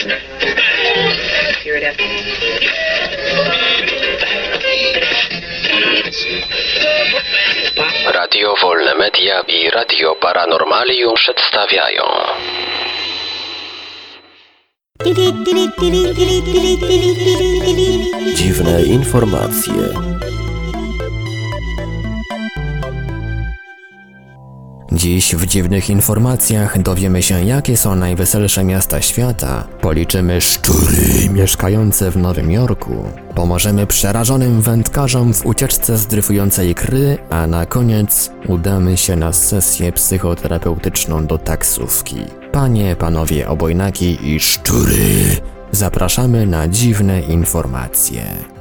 Radio Wolne Media i Radio Paranormalium przedstawiają dziwne informacje. Dziś w dziwnych informacjach dowiemy się, jakie są najweselsze miasta świata, policzymy szczury mieszkające w Nowym Jorku, pomożemy przerażonym wędkarzom w ucieczce z dryfującej kry, a na koniec udamy się na sesję psychoterapeutyczną do taksówki. Panie, panowie obojnaki i szczury, zapraszamy na dziwne informacje.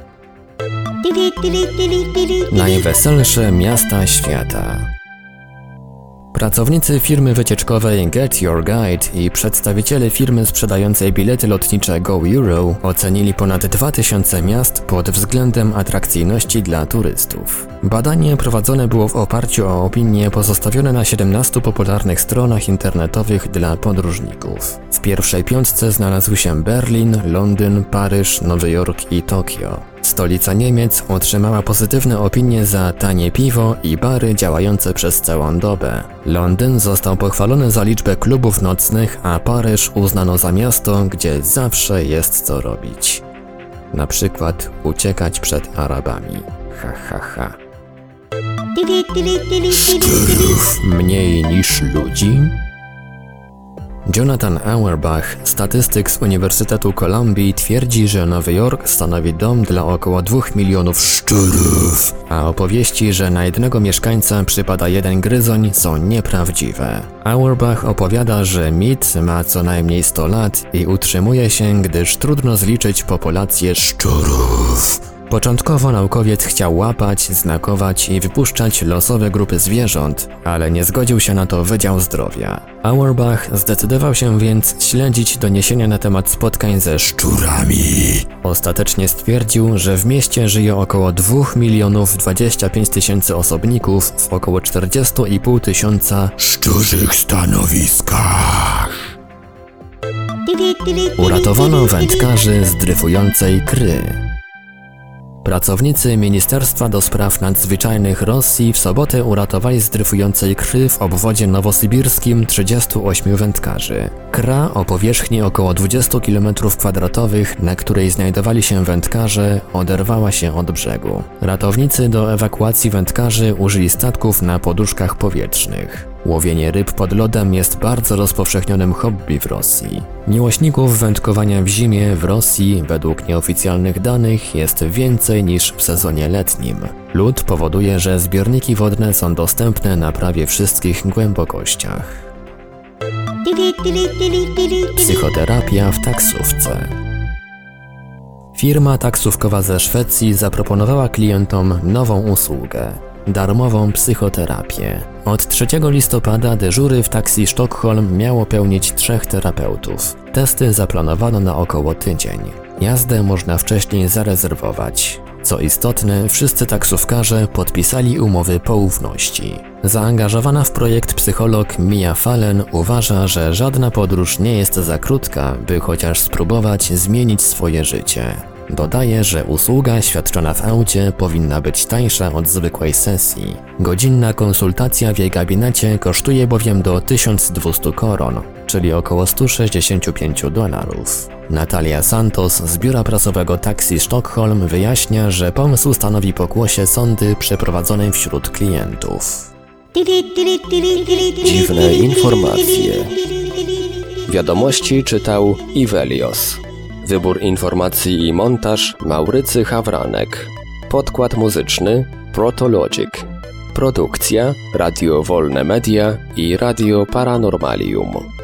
Najweselsze miasta świata. Pracownicy firmy wycieczkowej Get Your Guide i przedstawiciele firmy sprzedającej bilety lotnicze Go Euro ocenili ponad 2000 miast pod względem atrakcyjności dla turystów. Badanie prowadzone było w oparciu o opinie pozostawione na 17 popularnych stronach internetowych dla podróżników. W pierwszej piątce znalazły się Berlin, Londyn, Paryż, Nowy Jork i Tokio. Stolica Niemiec otrzymała pozytywne opinie za tanie piwo i bary działające przez całą dobę. Londyn został pochwalony za liczbę klubów nocnych, a Paryż uznano za miasto, gdzie zawsze jest co robić. Na przykład uciekać przed Arabami. Ha ha ha. Szczurów mniej niż ludzi? Jonathan Auerbach, statystyk z Uniwersytetu Kolumbii, twierdzi, że Nowy Jork stanowi dom dla około 2 milionów szczurów, a opowieści, że na jednego mieszkańca przypada jeden gryzoń, są nieprawdziwe. Auerbach opowiada, że mit ma co najmniej 100 lat i utrzymuje się, gdyż trudno zliczyć populację szczurów. Początkowo naukowiec chciał łapać, znakować i wypuszczać losowe grupy zwierząt, ale nie zgodził się na to Wydział Zdrowia. Auerbach zdecydował się więc śledzić doniesienia na temat spotkań ze szczurami. Ostatecznie stwierdził, że w mieście żyje około 2 25 000 osobników w około 40,5 tysiąca szczurzych stanowiskach. Uratowano wędkarzy z dryfującej kry. Pracownicy Ministerstwa do Spraw Nadzwyczajnych Rosji w sobotę uratowali z dryfującej kry w obwodzie nowosybirskim 38 wędkarzy. Kra o powierzchni około 20 km², na której znajdowali się wędkarze, oderwała się od brzegu. Ratownicy do ewakuacji wędkarzy użyli statków na poduszkach powietrznych. Łowienie ryb pod lodem jest bardzo rozpowszechnionym hobby w Rosji. Miłośników wędkowania w zimie w Rosji, według nieoficjalnych danych, jest więcej niż w sezonie letnim. Lód powoduje, że zbiorniki wodne są dostępne na prawie wszystkich głębokościach. Psychoterapia w taksówce. Firma taksówkowa ze Szwecji zaproponowała klientom nową usługę. Darmową psychoterapię. Od 3 listopada dyżury w taksi Sztokholm miało pełnić 3 terapeutów. Testy zaplanowano na około tydzień. Jazdę można wcześniej zarezerwować. Co istotne, wszyscy taksówkarze podpisali umowy poufności. Zaangażowana w projekt psycholog Mia Fallen uważa, że żadna podróż nie jest za krótka, by chociaż spróbować zmienić swoje życie. Dodaje, że usługa świadczona w aucie powinna być tańsza od zwykłej sesji. Godzinna konsultacja w jej gabinecie kosztuje bowiem do 1200 koron, czyli około $165. Natalia Santos z biura prasowego Taxi Sztokholm wyjaśnia, że pomysł stanowi pokłosie sondy przeprowadzonej wśród klientów. Dziwne informacje. Wiadomości czytał Ivelios. Wybór informacji i montaż Maurycy Hawranek. Podkład muzyczny Protologic. Produkcja Radio Wolne Media i Radio Paranormalium.